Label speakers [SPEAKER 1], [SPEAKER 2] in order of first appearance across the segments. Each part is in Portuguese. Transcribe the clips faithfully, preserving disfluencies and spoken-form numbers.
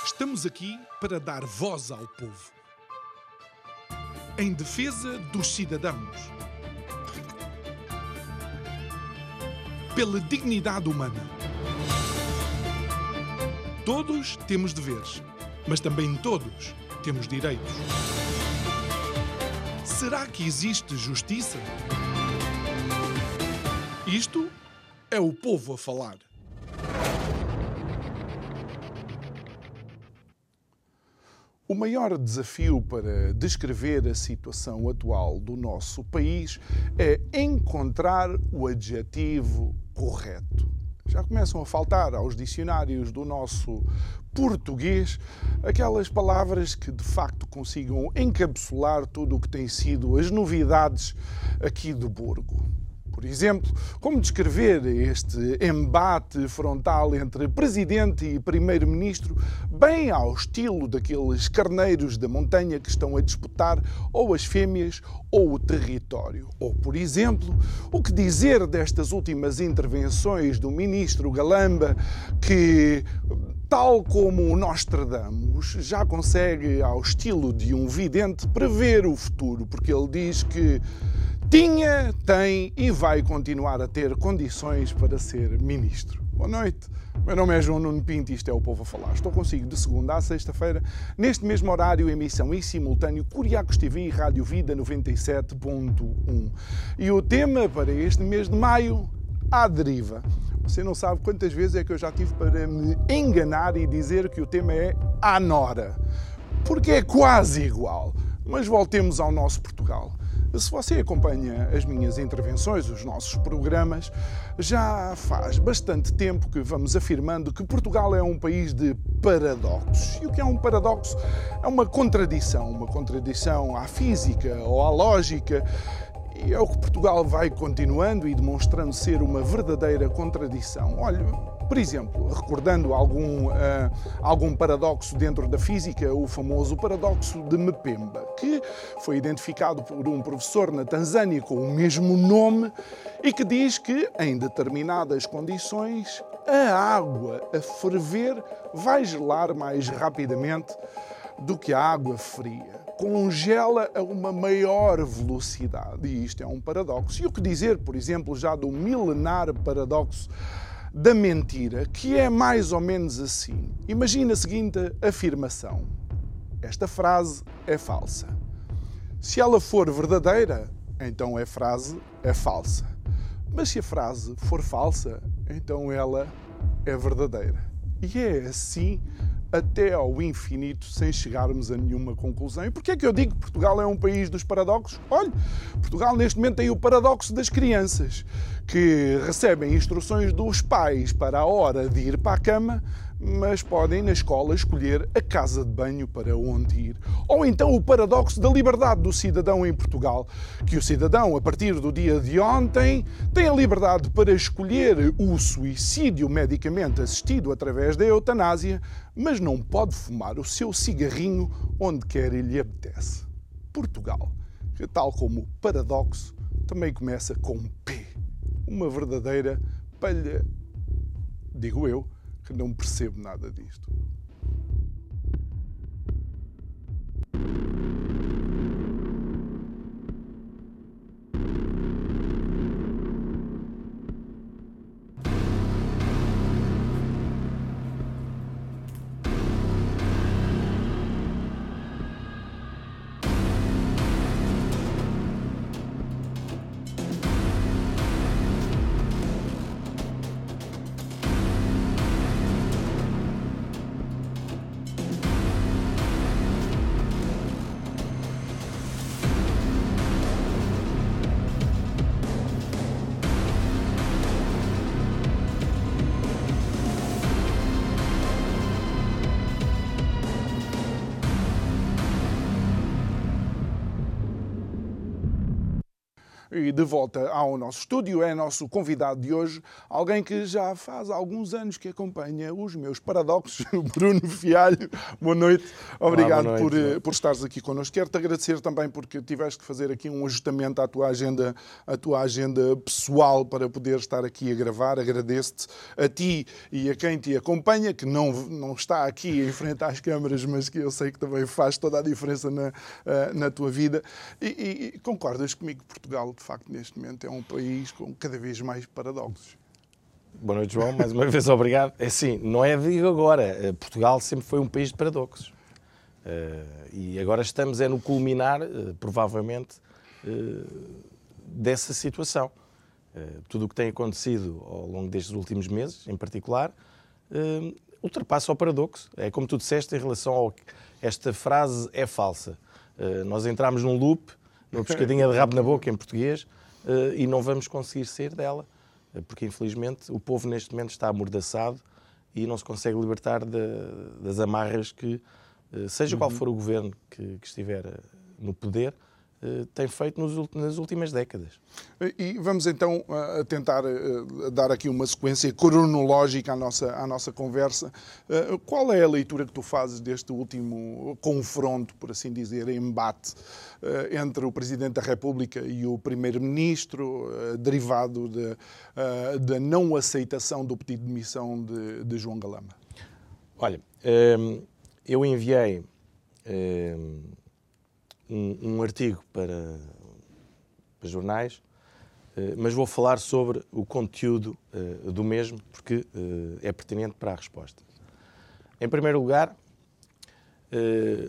[SPEAKER 1] Estamos aqui para dar voz ao povo, em defesa dos cidadãos, pela dignidade humana. Todos temos deveres, mas também todos temos direitos. Será que existe justiça? Isto é o povo a falar. O maior desafio para descrever a situação atual do nosso país é encontrar o adjetivo correto. Já começam a faltar aos dicionários do nosso português aquelas palavras que de facto consigam encapsular tudo o que tem sido as novidades aqui do Burgo. Por exemplo, como descrever este embate frontal entre Presidente e Primeiro-Ministro bem ao estilo daqueles carneiros da montanha que estão a disputar ou as fêmeas ou o território? Ou, por exemplo, o que dizer destas últimas intervenções do Ministro Galamba que, tal como o Nostradamus, já consegue, ao estilo de um vidente, prever o futuro, porque ele diz que tinha, tem e vai continuar a ter condições para ser ministro. Boa noite. Meu nome é João Nuno Pinto e isto é o Povo a Falar. Estou consigo de segunda a sexta-feira, neste mesmo horário, emissão em simultâneo, Curiacos T V e Rádio Vida noventa e sete ponto um. E o tema para este mês de maio, à deriva. Você não sabe quantas vezes é que eu já tive para me enganar e dizer que o tema é à nora. Porque é quase igual. Mas voltemos ao nosso Portugal. Se você acompanha as minhas intervenções, os nossos programas, já faz bastante tempo que vamos afirmando que Portugal é um país de paradoxos. E o que é um paradoxo? É uma contradição, uma contradição à física ou à lógica. E é o que Portugal vai continuando e demonstrando ser uma verdadeira contradição. Olha, por exemplo, recordando algum, uh, algum paradoxo dentro da física, o famoso paradoxo de Mpemba, que foi identificado por um professor na Tanzânia com o mesmo nome e que diz que, em determinadas condições, a água a ferver vai gelar mais rapidamente do que a água fria. Congela a uma maior velocidade. E isto é um paradoxo. E o que dizer, por exemplo, já do milenar paradoxo da mentira, que é mais ou menos assim. Imagina a seguinte afirmação. Esta frase é falsa. Se ela for verdadeira, então a frase é falsa. Mas se a frase for falsa, então ela é verdadeira. E é assim até ao infinito, sem chegarmos a nenhuma conclusão. E porquê é que eu digo que Portugal é um país dos paradoxos? Olha, Portugal neste momento tem o paradoxo das crianças, que recebem instruções dos pais para a hora de ir para a cama, mas podem na escola escolher a casa de banho para onde ir. Ou então o paradoxo da liberdade do cidadão em Portugal, que o cidadão, a partir do dia de ontem, tem a liberdade para escolher o suicídio medicamente assistido através da eutanásia, mas não pode fumar o seu cigarrinho onde quer e lhe apetece. Portugal, que tal como o paradoxo, também começa com P. Uma verdadeira palha, digo eu, que não percebo nada disto. E de volta ao nosso estúdio é nosso convidado de hoje, alguém que já faz alguns anos que acompanha os meus paradoxos, Bruno Fialho. Boa noite, obrigado. Olá, boa noite, por, por estares aqui connosco. Quero-te agradecer também porque tiveste que fazer aqui um ajustamento à tua agenda, à tua agenda pessoal para poder estar aqui a gravar. Agradeço-te a ti e a quem te acompanha, que não, não está aqui em frente às câmaras, mas que eu sei que também faz toda a diferença na, na tua vida. E, e, e concordas comigo que Portugal, de facto, neste momento é um país com cada vez mais paradoxos?
[SPEAKER 2] Boa noite, João. Mais uma vez, obrigado. É assim, não é de agora. Portugal sempre foi um país de paradoxos. E agora estamos é no culminar, provavelmente, dessa situação. Tudo o que tem acontecido ao longo destes últimos meses, em particular, ultrapassa o paradoxo. É como tu disseste em relação a esta frase é falsa. Nós entramos num loop, uma pescadinha de rabo na boca em português, e não vamos conseguir sair dela, porque infelizmente o povo neste momento está amordaçado e não se consegue libertar de, das amarras que, seja qual for o governo que, que estiver no poder, tem feito nos, nas últimas décadas.
[SPEAKER 1] E vamos então a tentar dar aqui uma sequência cronológica à nossa, à nossa conversa. Qual é a leitura que tu fazes deste último confronto, por assim dizer, embate entre o Presidente da República e o Primeiro-Ministro, derivado de, da não aceitação do pedido de demissão de, de João Galamba?
[SPEAKER 2] Olha, eu enviei Um, um artigo para, para jornais, uh, mas vou falar sobre o conteúdo uh, do mesmo, porque uh, é pertinente para a resposta. Em primeiro lugar, uh,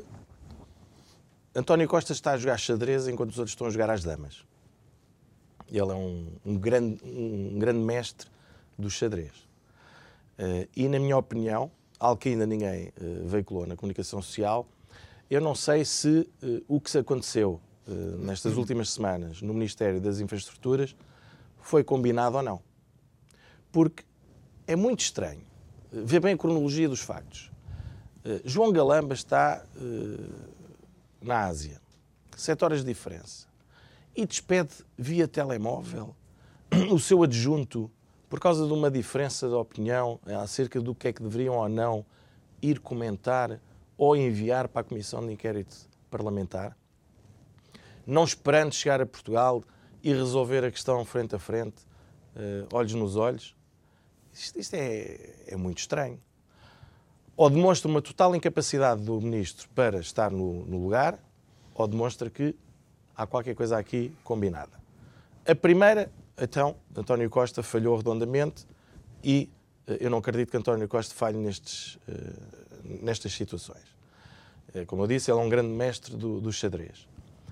[SPEAKER 2] António Costa está a jogar xadrez enquanto os outros estão a jogar às damas. Ele é um, um, grande, um grande mestre do xadrez. Uh, e, na minha opinião, algo que ainda ninguém uh, veiculou na comunicação social, eu não sei se uh, o que se aconteceu uh, nestas últimas semanas no Ministério das Infraestruturas foi combinado ou não. Porque é muito estranho. Uh, vê bem a cronologia dos factos. Uh, João Galamba está uh, na Ásia, sete horas de diferença, e despede via telemóvel o seu adjunto por causa de uma diferença de opinião acerca do que é que deveriam ou não ir comentar ou enviar para a Comissão de Inquérito Parlamentar, não esperando chegar a Portugal e resolver a questão frente a frente, uh, olhos nos olhos. Isto, isto é, é muito estranho. Ou demonstra uma total incapacidade do Ministro para estar no, no lugar, ou demonstra que há qualquer coisa aqui combinada. A primeira, então, António Costa falhou redondamente e uh, eu não acredito que António Costa falhe nestes... Uh, nestas situações. Como eu disse, ele é um grande mestre do, do xadrez.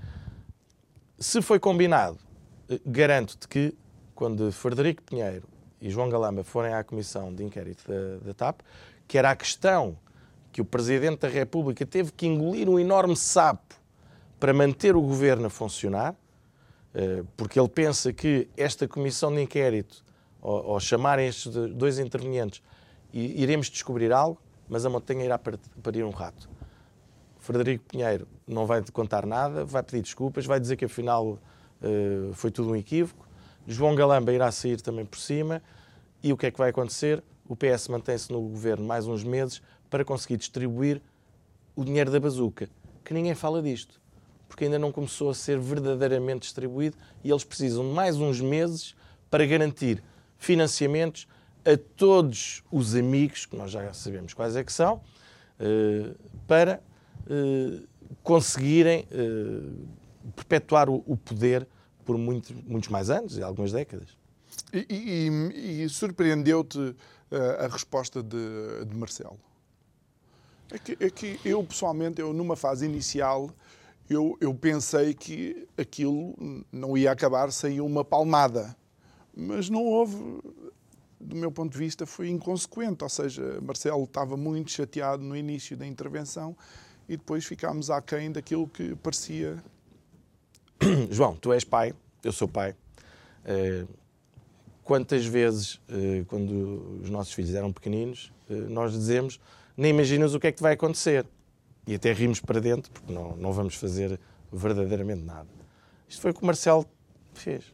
[SPEAKER 2] Se foi combinado, garanto-te que, quando Frederico Pinheiro e João Galamba forem à Comissão de Inquérito da, da T A P, que era a questão que o Presidente da República teve que engolir um enorme sapo para manter o governo a funcionar, porque ele pensa que esta Comissão de Inquérito, ao, ao chamarem estes dois intervenientes, iremos descobrir algo, mas a montanha irá parir um rato. Frederico Pinheiro não vai contar nada, vai pedir desculpas, vai dizer que afinal uh, foi tudo um equívoco. João Galamba irá sair também por cima. E o que é que vai acontecer? O P S mantém-se no governo mais uns meses para conseguir distribuir o dinheiro da bazuca. Que ninguém fala disto, porque ainda não começou a ser verdadeiramente distribuído e eles precisam de mais uns meses para garantir financiamentos a todos os amigos, que nós já sabemos quais é que são, para conseguirem perpetuar o poder por muito, muitos mais anos e algumas décadas.
[SPEAKER 1] E, e, e surpreendeu-te a resposta de, de Marcelo? É que, é que eu, pessoalmente, eu, numa fase inicial, eu, eu pensei que aquilo não ia acabar sem uma palmada. Mas não houve... do meu ponto de vista, foi inconsequente. Ou seja, Marcelo estava muito chateado no início da intervenção e depois ficámos aquém daquilo que parecia.
[SPEAKER 2] João, tu és pai, eu sou pai. Quantas vezes, quando os nossos filhos eram pequeninos, nós dizemos, nem imaginas o que é que te vai acontecer. E até rimos para dentro, porque não, não vamos fazer verdadeiramente nada. Isto foi o que o Marcelo fez.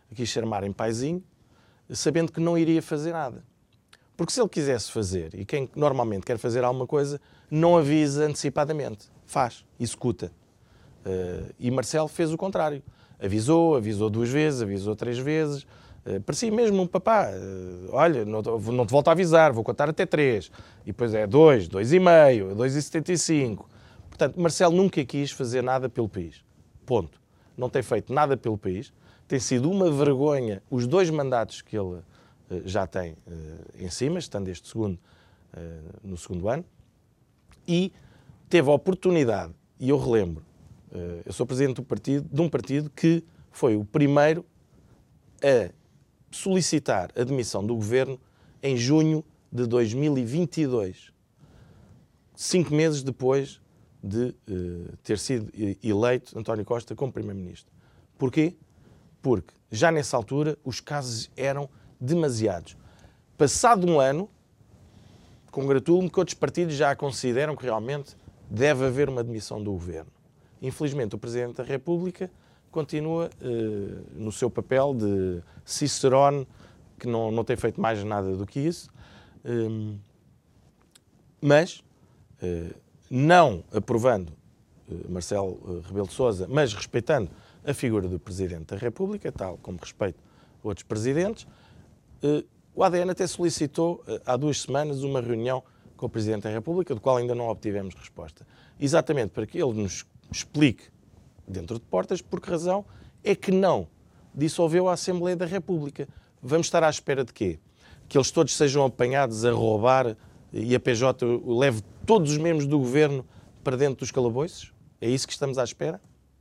[SPEAKER 2] quis chamar em paizinho, sabendo que não iria fazer nada. Porque se ele quisesse fazer, e quem normalmente quer fazer alguma coisa, não avisa antecipadamente. Faz, executa. Uh, e Marcelo fez o contrário. Avisou, avisou duas vezes, avisou três vezes. Uh, parecia mesmo um papá. Uh, olha, não, não te volto a avisar, vou contar até três. E depois é dois, dois e meio, dois e setenta e cinco. Portanto, Marcelo nunca quis fazer nada pelo país. Ponto. Não tem feito nada pelo país. Tem sido uma vergonha os dois mandatos que ele uh, já tem uh, em cima, estando este segundo uh, no segundo ano. E teve a oportunidade, e eu relembro, uh, eu sou presidente do partido, de um partido que foi o primeiro a solicitar a demissão do governo em junho de dois mil e vinte e dois. Cinco meses depois de uh, ter sido eleito António Costa como primeiro-ministro. Porquê? Porque já nessa altura os casos eram demasiados. Passado um ano, congratulo-me que outros partidos já consideram que realmente deve haver uma demissão do governo. Infelizmente, o Presidente da República continua uh, no seu papel de cicerone, que não, não tem feito mais nada do que isso, um, mas uh, não aprovando uh, Marcelo uh, Rebelo de Sousa, mas respeitando a figura do Presidente da República, tal como respeito outros presidentes, uh, o A D N até solicitou uh, há duas semanas uma reunião com o Presidente da República, do qual ainda não obtivemos resposta. Exatamente para que ele nos explique, dentro de portas, por que razão é que não dissolveu a Assembleia da República. Vamos estar à espera de quê? Que eles todos sejam apanhados a roubar e a P J leve todos os membros do governo para dentro dos calabouços? É isso que estamos à espera?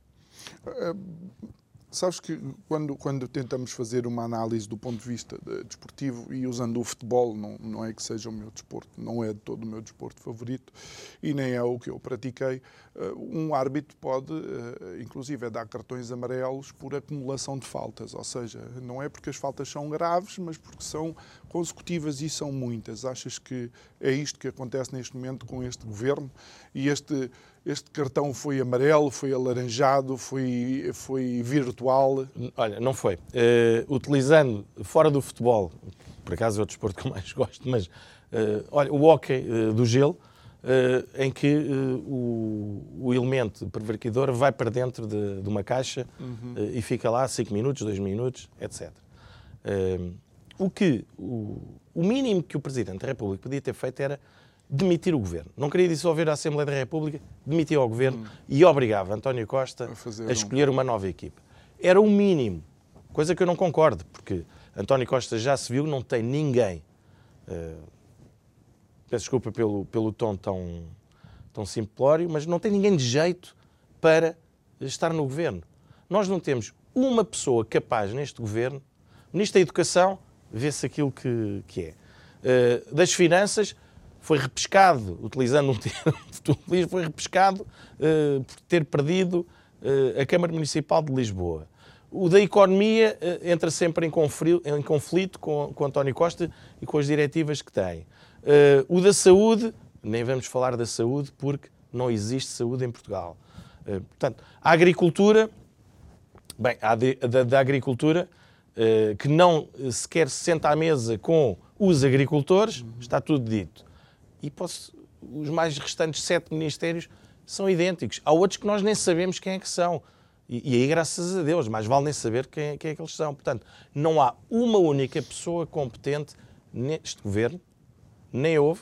[SPEAKER 1] Uh, sabes que quando, quando tentamos fazer uma análise do ponto de vista de, desportivo, e usando o futebol, não, não é que seja o meu desporto, não é de todo o meu desporto favorito e nem é o que eu pratiquei, uh, um árbitro pode, uh, inclusive, é dar cartões amarelos por acumulação de faltas, ou seja, não é porque as faltas são graves, mas porque são consecutivas e são muitas. Achas que é isto que acontece neste momento com este governo? E este, este cartão foi amarelo, foi alaranjado, foi, foi virtual?
[SPEAKER 2] Olha, não foi. Uh, utilizando, fora do futebol, por acaso é o desporto que eu mais gosto, mas uh, olha, o hóquei uh, do gelo, uh, em que uh, o, o elemento prevariquidor vai para dentro de, de uma caixa uhum. uh, e fica lá cinco minutos, dois minutos, etcétera. Uh, o que o, o mínimo que o Presidente da República podia ter feito era demitir o governo. Não queria dissolver a Assembleia da República, demitia o governo hum. e obrigava António Costa a, a escolher um... uma nova equipa. Era o mínimo, coisa que eu não concordo, porque António Costa já se viu, não tem ninguém. Uh, peço desculpa pelo, pelo tom tão, tão simplório, mas não tem ninguém de jeito para estar no governo. Nós não temos uma pessoa capaz neste governo. O Ministro da Educação vê-se aquilo que, que é. Uh, das Finanças foi repescado, utilizando um termo de tudo, foi repescado uh, por ter perdido uh, a Câmara Municipal de Lisboa. O da Economia uh, entra sempre em conflito, em conflito com, com António Costa e com as diretivas que tem. Uh, o da Saúde, nem vamos falar da saúde porque não existe saúde em Portugal. Uh, portanto, a agricultura, bem, a de, da, da agricultura, uh, que não sequer se senta à mesa com os agricultores, uhum. está tudo dito. E posso, os mais restantes sete ministérios são idênticos. Há outros que nós nem sabemos quem é que são. E, e aí, graças a Deus, mais vale nem saber quem, quem é que eles são. Portanto, não há uma única pessoa competente neste governo, nem houve.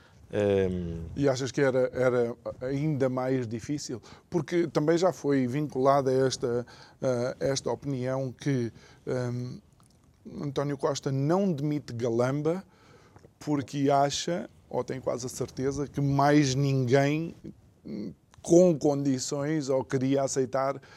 [SPEAKER 2] Um...
[SPEAKER 1] E achas que era, era ainda mais difícil? Porque também já foi vinculada a esta, a esta opinião que um, António Costa não demite Galamba porque acha, ou tem quase a certeza, que mais ninguém com condições ou queria aceitar uh,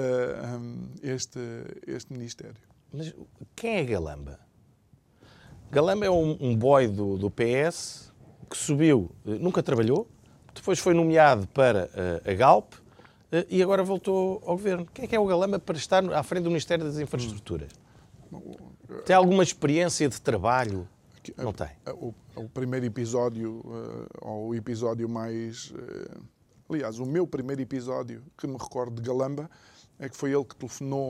[SPEAKER 1] um, este, este Ministério.
[SPEAKER 2] Mas quem é Galamba? Galamba é um, um boy do, do P S que subiu, nunca trabalhou, depois foi nomeado para uh, a Galp uh, e agora voltou ao governo. Quem é que é o Galamba para estar à frente do Ministério das Infraestruturas? Hum. Tem alguma experiência de trabalho? Não tem.
[SPEAKER 1] O, o primeiro episódio, uh, ou o episódio mais... Uh, aliás, o meu primeiro episódio que me recordo de Galamba é que foi ele que telefonou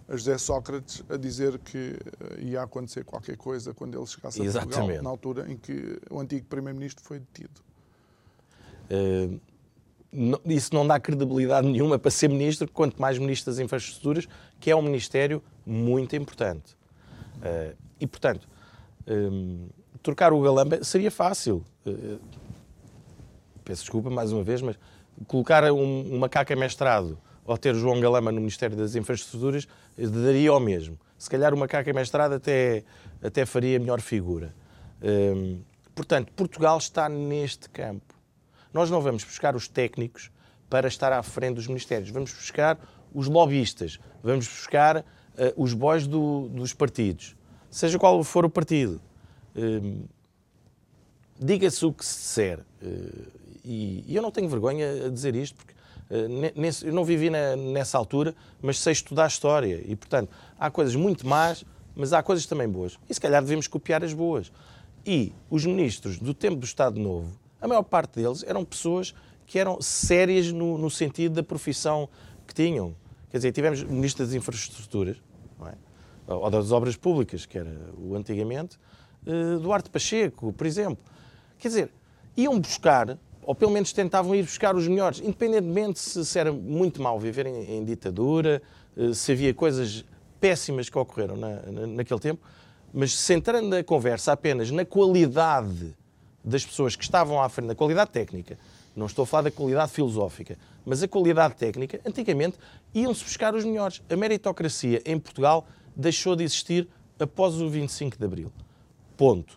[SPEAKER 1] a José Sócrates a dizer que ia acontecer qualquer coisa quando ele chegasse a
[SPEAKER 2] Exatamente.
[SPEAKER 1] Portugal, na altura em que o antigo primeiro-ministro foi detido.
[SPEAKER 2] Uh, não, isso não dá credibilidade nenhuma para ser ministro, quanto mais ministro das infraestruturas, que é um ministério muito importante. Uh, e, portanto, um, trocar o Galamba seria fácil. Uh, peço desculpa mais uma vez, mas colocar um, um macaco mestrado ou ter João Galamba no Ministério das Infraestruturas daria ao mesmo. Se calhar o macaco mestrado até, até faria melhor figura. Um, portanto, Portugal está neste campo. Nós não vamos buscar os técnicos para estar à frente dos ministérios. Vamos buscar os lobistas. Vamos buscar uh, os boys do, dos partidos. Seja qual for o partido. Um, diga-se o que se disser. Uh, e, e eu não tenho vergonha a dizer isto, porque Nesse, eu não vivi na, nessa altura, mas sei estudar história e, portanto, há coisas muito más, mas há coisas também boas. E, se calhar, devemos copiar as boas. E os ministros do tempo do Estado Novo, a maior parte deles eram pessoas que eram sérias no, no sentido da profissão que tinham. Quer dizer, tivemos ministro das infraestruturas, não é? Ou das obras públicas, que era o antigamente, uh, Duarte Pacheco, por exemplo. Quer dizer, iam buscar... ou pelo menos tentavam ir buscar os melhores, independentemente se, se era muito mal viver em, em ditadura, se havia coisas péssimas que ocorreram na, na, naquele tempo, mas centrando a conversa apenas na qualidade das pessoas que estavam à frente, na qualidade técnica, não estou a falar da qualidade filosófica, mas a qualidade técnica, antigamente iam-se buscar os melhores. A meritocracia em Portugal deixou de existir após o vinte e cinco de Abril. Ponto.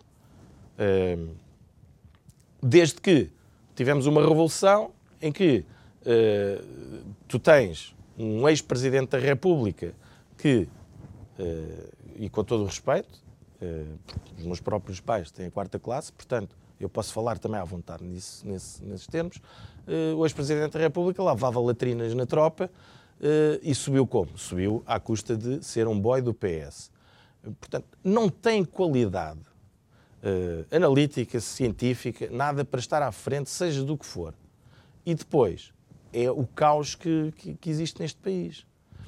[SPEAKER 2] Desde que tivemos uma revolução em que uh, tu tens um ex-presidente da República que, uh, e com todo o respeito, uh, os meus próprios pais têm a quarta classe, portanto, eu posso falar também à vontade nisso, nesse, nesses termos, uh, o ex-presidente da República lavava latrinas na tropa uh, e subiu como? Subiu à custa de ser um boy do P S. Uh, portanto, não tem qualidade Uh, analítica, científica, nada para estar à frente, seja do que for. E depois, é o caos que, que, que existe neste país.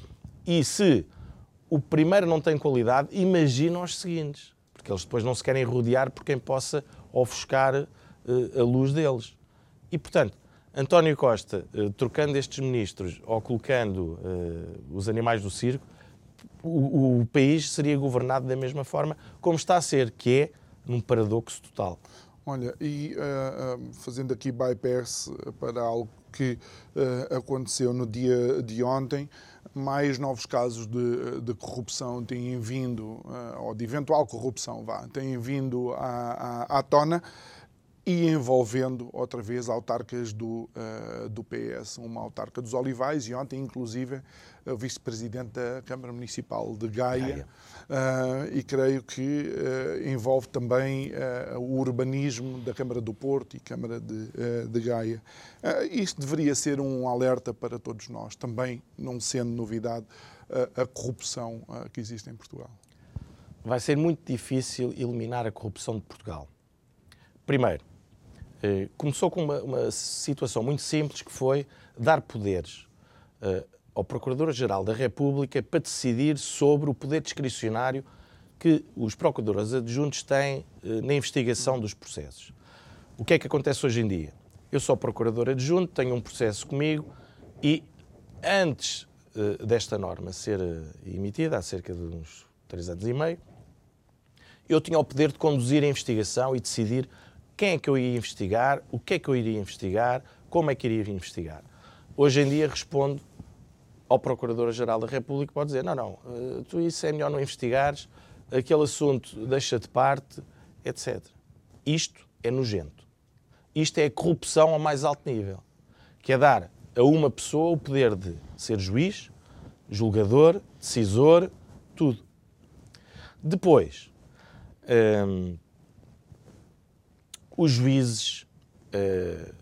[SPEAKER 2] E se o primeiro não tem qualidade, imagina os seguintes, porque eles depois não se querem rodear por quem possa ofuscar uh, a luz deles. E, portanto, António Costa, uh, trocando estes ministros ou colocando uh, os animais do circo, o, o país seria governado da mesma forma como está a ser, que é num paradoxo total.
[SPEAKER 1] Olha, e uh, uh, fazendo aqui bypass para algo que uh, aconteceu no dia de ontem, mais novos casos de, de corrupção têm vindo, uh, ou de eventual corrupção, vá, têm vindo à, à, à tona e envolvendo outra vez autarcas do, uh, do P S, uma autarca dos Olivais e ontem, inclusive, o vice-presidente da Câmara Municipal de Gaia. Gaia. Uh, e creio que uh, envolve também uh, o urbanismo da Câmara do Porto e Câmara de, uh, de Gaia. Uh, isto deveria ser um alerta para todos nós, também não sendo novidade uh, a corrupção uh, que existe em Portugal.
[SPEAKER 2] Vai ser muito difícil eliminar a corrupção de Portugal. Primeiro, uh, começou com uma, uma situação muito simples, que foi dar poderes uh, ao Procurador-Geral da República para decidir sobre o poder discricionário que os procuradores adjuntos têm eh, na investigação dos processos. O que é que acontece hoje em dia? Eu sou procurador adjunto, tenho um processo comigo e antes eh, desta norma ser eh, emitida, há cerca de uns três anos e meio, eu tinha o poder de conduzir a investigação e decidir quem é que eu ia investigar, o que é que eu iria investigar, como é que iria investigar. Hoje em dia respondo ao Procurador-Geral da República, pode dizer, não, não, tu isso é melhor não investigares, aquele assunto deixa de parte, etcétera. Isto é nojento. Isto é corrupção ao mais alto nível, que é dar a uma pessoa o poder de ser juiz, julgador, decisor, tudo. Depois, hum, os juízes hum,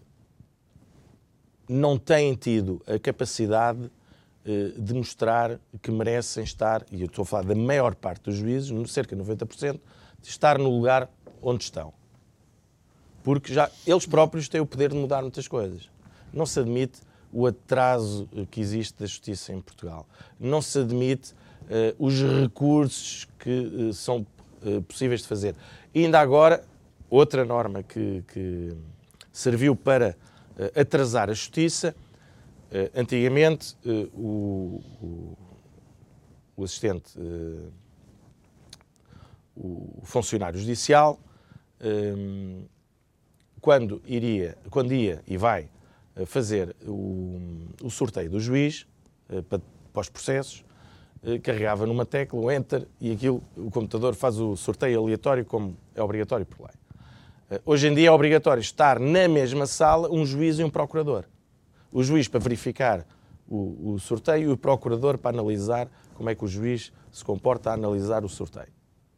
[SPEAKER 2] não têm tido a capacidade de mostrar que merecem estar, e eu estou a falar da maior parte dos juízes, cerca de noventa por cento, de estar no lugar onde estão. Porque já eles próprios têm o poder de mudar muitas coisas. Não se admite o atraso que existe da justiça em Portugal. Não se admite os recursos que são possíveis de fazer. E ainda agora, outra norma que, que serviu para atrasar a justiça, antigamente o, o, o assistente, o funcionário judicial, quando, iria, quando ia e vai fazer o, o sorteio do juiz para, para os processos, carregava numa tecla, o Enter, e aquilo, o computador faz o sorteio aleatório, como é obrigatório por lei. Hoje em dia é obrigatório estar na mesma sala um juiz e um procurador. O juiz para verificar o, o sorteio e o procurador para analisar como é que o juiz se comporta a analisar o sorteio.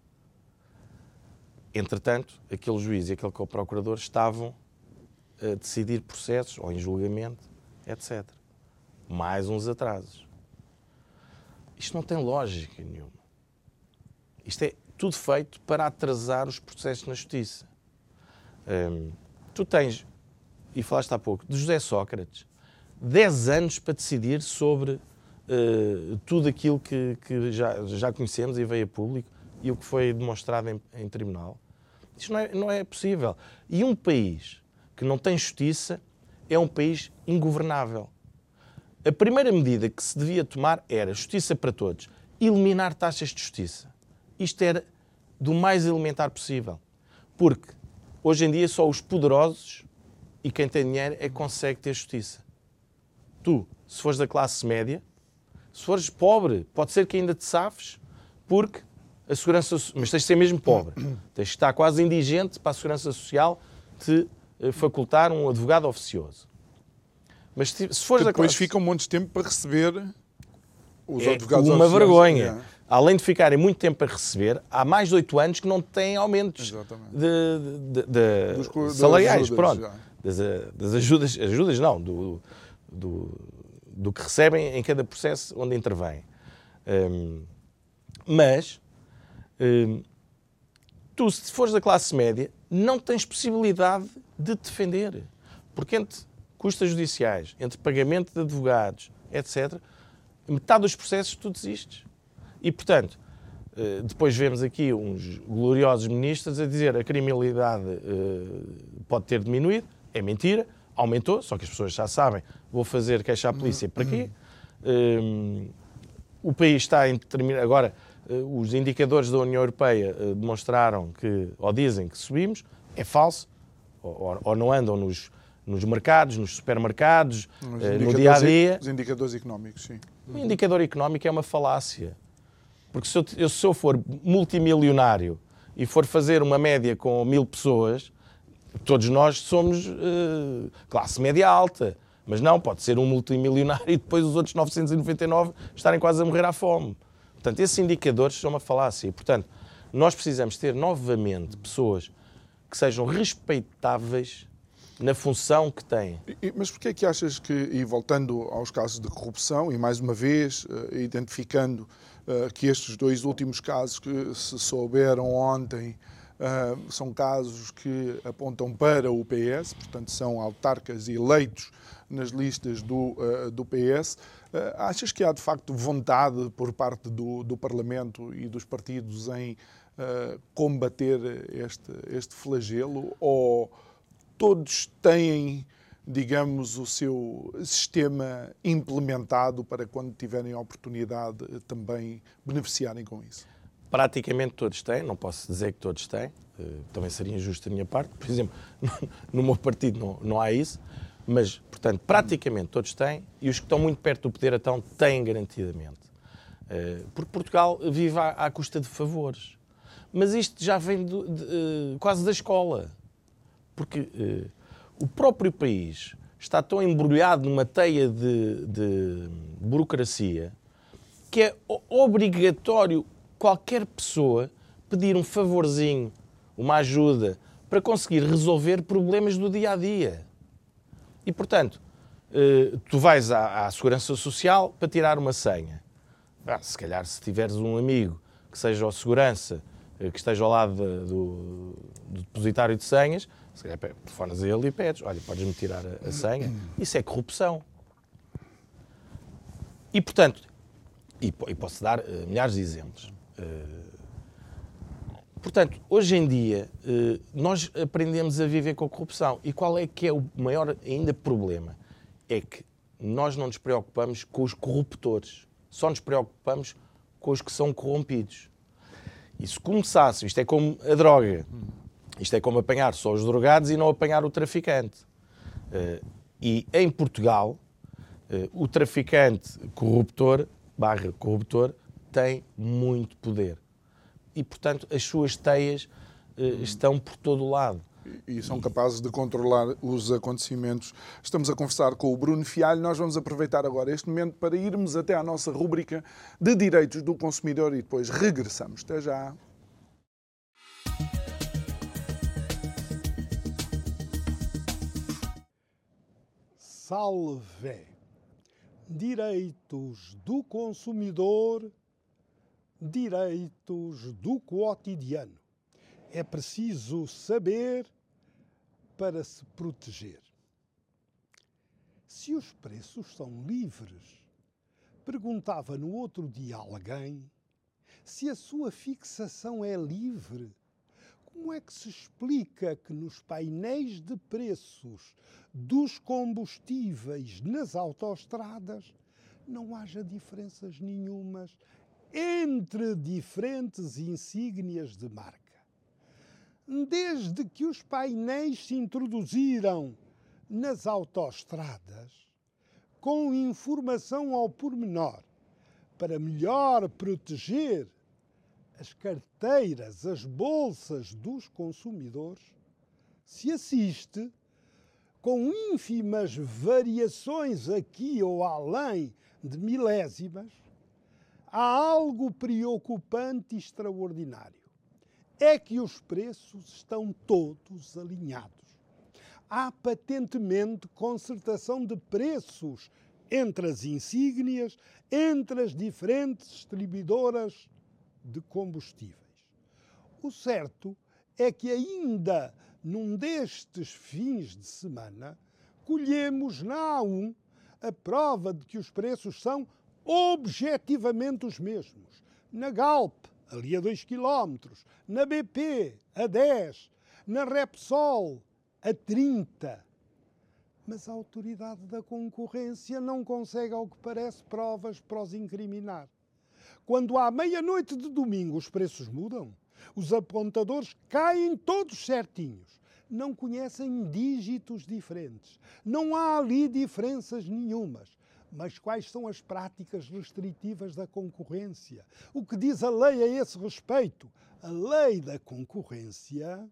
[SPEAKER 2] Entretanto, aquele juiz e aquele procurador estavam a decidir processos, ou em julgamento, etcétera. Mais uns atrasos. Isto não tem lógica nenhuma. Isto é tudo feito para atrasar os processos na justiça. Hum, tu tens, e falaste há pouco, de José Sócrates, dez anos para decidir sobre uh, tudo aquilo que, que já, já conhecemos e veio a público e o que foi demonstrado em, em tribunal. Isto não é, não é possível. E um país que não tem justiça é um país ingovernável. A primeira medida que se devia tomar era justiça para todos, eliminar taxas de justiça. Isto era do mais elementar possível. Porque hoje em dia só os poderosos e quem tem dinheiro é que consegue ter justiça. Tu, se fores da classe média, se fores pobre, pode ser que ainda te safes, porque a segurança... Mas tens de ser mesmo pobre. Tens de estar quase indigente para a segurança social te facultar um advogado oficioso. Mas se fores da
[SPEAKER 1] depois
[SPEAKER 2] classe...
[SPEAKER 1] fica um monte de tempo para receber os
[SPEAKER 2] é
[SPEAKER 1] advogados
[SPEAKER 2] uma
[SPEAKER 1] oficiais.
[SPEAKER 2] vergonha.
[SPEAKER 1] É.
[SPEAKER 2] Além de ficarem muito tempo para receber, há mais de oito anos que não têm aumentos de, de, de,
[SPEAKER 1] Dos,
[SPEAKER 2] de salariais.
[SPEAKER 1] das
[SPEAKER 2] Pronto.
[SPEAKER 1] ajudas,
[SPEAKER 2] Das, das ajudas, ajudas não, do, do, do que recebem em cada processo onde intervêm. Um, mas, um, tu, se fores da classe média, não tens possibilidade de te defender. Porque entre custas judiciais, entre pagamento de advogados, etcétera, metade dos processos tu desistes. E, portanto, depois vemos aqui uns gloriosos ministros a dizer que a criminalidade pode ter diminuído. É mentira, aumentou, só que as pessoas já sabem, vou fazer queixa à polícia para quê? O país está em determinado... Agora, os indicadores da União Europeia demonstraram que, ou dizem que subimos, é falso, ou, ou não andam nos... nos mercados, nos supermercados, no dia-a-dia.
[SPEAKER 1] Os indicadores económicos, sim.
[SPEAKER 2] O indicador económico é uma falácia. Porque se eu, se eu for multimilionário e for fazer uma média com mil pessoas, todos nós somos uh, classe média alta. Mas não, pode ser um multimilionário e depois os outros novecentos e noventa e nove estarem quase a morrer à fome. Portanto, esses indicadores são uma falácia. E, portanto, nós precisamos ter novamente pessoas que sejam respeitáveis na função que têm.
[SPEAKER 1] E, mas porquê é que achas que, e voltando aos casos de corrupção, e mais uma vez uh, identificando uh, que estes dois últimos casos que se souberam ontem uh, são casos que apontam para o P S, portanto são autarcas eleitos nas listas do, uh, do P S, uh, achas que há de facto vontade por parte do, do Parlamento e dos partidos em uh, combater este, este flagelo, ou todos têm, digamos, o seu sistema implementado para quando tiverem a oportunidade também beneficiarem com isso?
[SPEAKER 2] Praticamente todos têm, não posso dizer que todos têm, também seria injusto da minha parte. Por exemplo, no meu partido não, não há isso, mas, portanto, praticamente todos têm, e os que estão muito perto do poder então têm garantidamente. Porque Portugal vive à, à custa de favores. Mas isto já vem do, de, quase da escola. Porque uh, o próprio país está tão embrulhado numa teia de, de burocracia que é obrigatório qualquer pessoa pedir um favorzinho, uma ajuda, para conseguir resolver problemas do dia-a-dia. E, portanto, uh, tu vais à, à Segurança Social para tirar uma senha. Ah, se calhar, se tiveres um amigo que seja o segurança, que esteja ao lado de, do, do depositário de senhas, se calhar telefonas a ele e pedes, olha, podes-me tirar a, a senha. Isso é corrupção. E, portanto, E, e posso dar uh, milhares de exemplos. Uh, portanto, hoje em dia, uh, nós aprendemos a viver com a corrupção. E qual é que é o maior ainda problema? É que nós não nos preocupamos com os corruptores. Só nos preocupamos com os que são corrompidos. E se começasse, isto é como a droga, isto é como apanhar só os drogados e não apanhar o traficante. Uh, e em Portugal, uh, o traficante corruptor, barra corruptor, tem muito poder. E, portanto, as suas teias uh, estão por todo o lado.
[SPEAKER 1] E são capazes de controlar os acontecimentos. Estamos a conversar com o Bruno Fialho. Nós vamos aproveitar agora este momento para irmos até à nossa rúbrica de Direitos do Consumidor e depois regressamos. Até já.
[SPEAKER 3] Salve! Direitos do consumidor, direitos do cotidiano. É preciso saber para se proteger. Se os preços são livres, perguntava no outro dia alguém, se a sua fixação é livre, como é que se explica que nos painéis de preços dos combustíveis nas autoestradas não haja diferenças nenhumas entre diferentes insígnias de marca? Desde que os painéis se introduziram nas autoestradas, com informação ao pormenor, para melhor proteger as carteiras, as bolsas dos consumidores, se assiste, com ínfimas variações aqui ou além de milésimas, a algo preocupante e extraordinário. É que os preços estão todos alinhados. Há patentemente concertação de preços entre as insígnias, entre as diferentes distribuidoras de combustíveis. O certo é que ainda num destes fins de semana colhemos na A um a prova de que os preços são objetivamente os mesmos. Na Galp, ali a dois quilómetros, na B P, a dez, na Repsol, a trinta. Mas a autoridade da concorrência não consegue, ao que parece, provas para os incriminar. Quando à meia-noite de domingo os preços mudam, os apontadores caem todos certinhos. Não conhecem dígitos diferentes. Não há ali diferenças nenhumas. Mas quais são as práticas restritivas da concorrência? O que diz a lei a esse respeito? A lei da concorrência,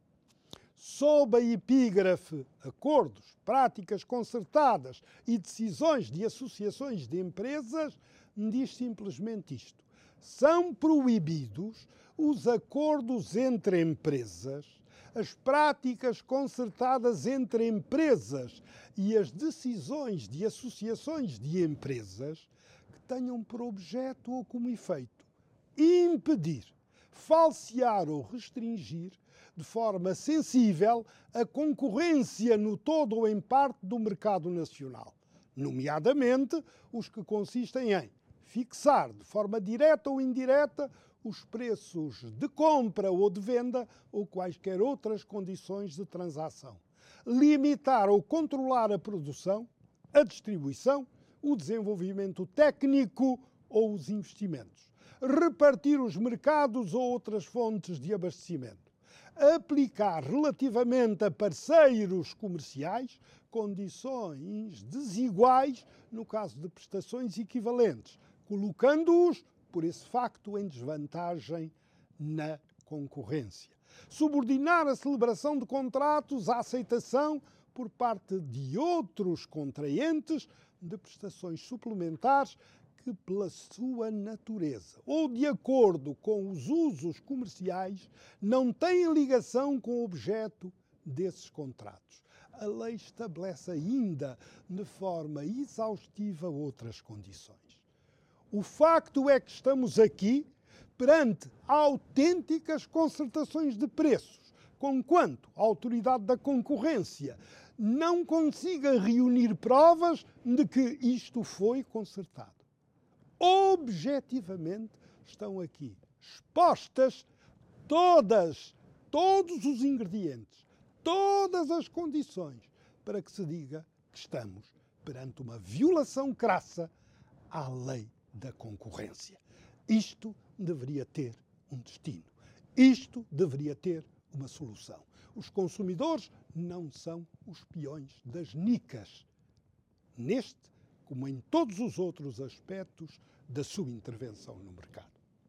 [SPEAKER 3] sob a epígrafe acordos, práticas concertadas e decisões de associações de empresas, diz simplesmente isto. São proibidos os acordos entre empresas, as práticas concertadas entre empresas e as decisões de associações de empresas que tenham por objeto ou como efeito impedir, falsear ou restringir de forma sensível a concorrência no todo ou em parte do mercado nacional, nomeadamente os que consistem em fixar de forma direta ou indireta os preços de compra ou de venda ou quaisquer outras condições de transação. Limitar ou controlar a produção, a distribuição, o desenvolvimento técnico ou os investimentos. Repartir os mercados ou outras fontes de abastecimento. Aplicar relativamente a parceiros comerciais condições desiguais no caso de prestações equivalentes, colocando-os, por esse facto, em desvantagem na concorrência. Subordinar a celebração de contratos à aceitação por parte de outros contraentes de prestações suplementares que, pela sua natureza ou de acordo com os usos comerciais, não têm ligação com o objeto desses contratos. A lei estabelece ainda de forma exaustiva outras condições. O facto é que estamos aqui perante autênticas concertações de preços, conquanto a autoridade da concorrência não consiga reunir provas de que isto foi concertado. objetivamente estão aqui expostas todas, todos os ingredientes, todas as condições para que se diga que estamos perante uma violação crassa à lei da concorrência. Isto deveria ter um destino. Isto deveria ter uma solução. Os consumidores não são os peões das nicas, neste como em todos os outros aspectos da sua intervenção no mercado.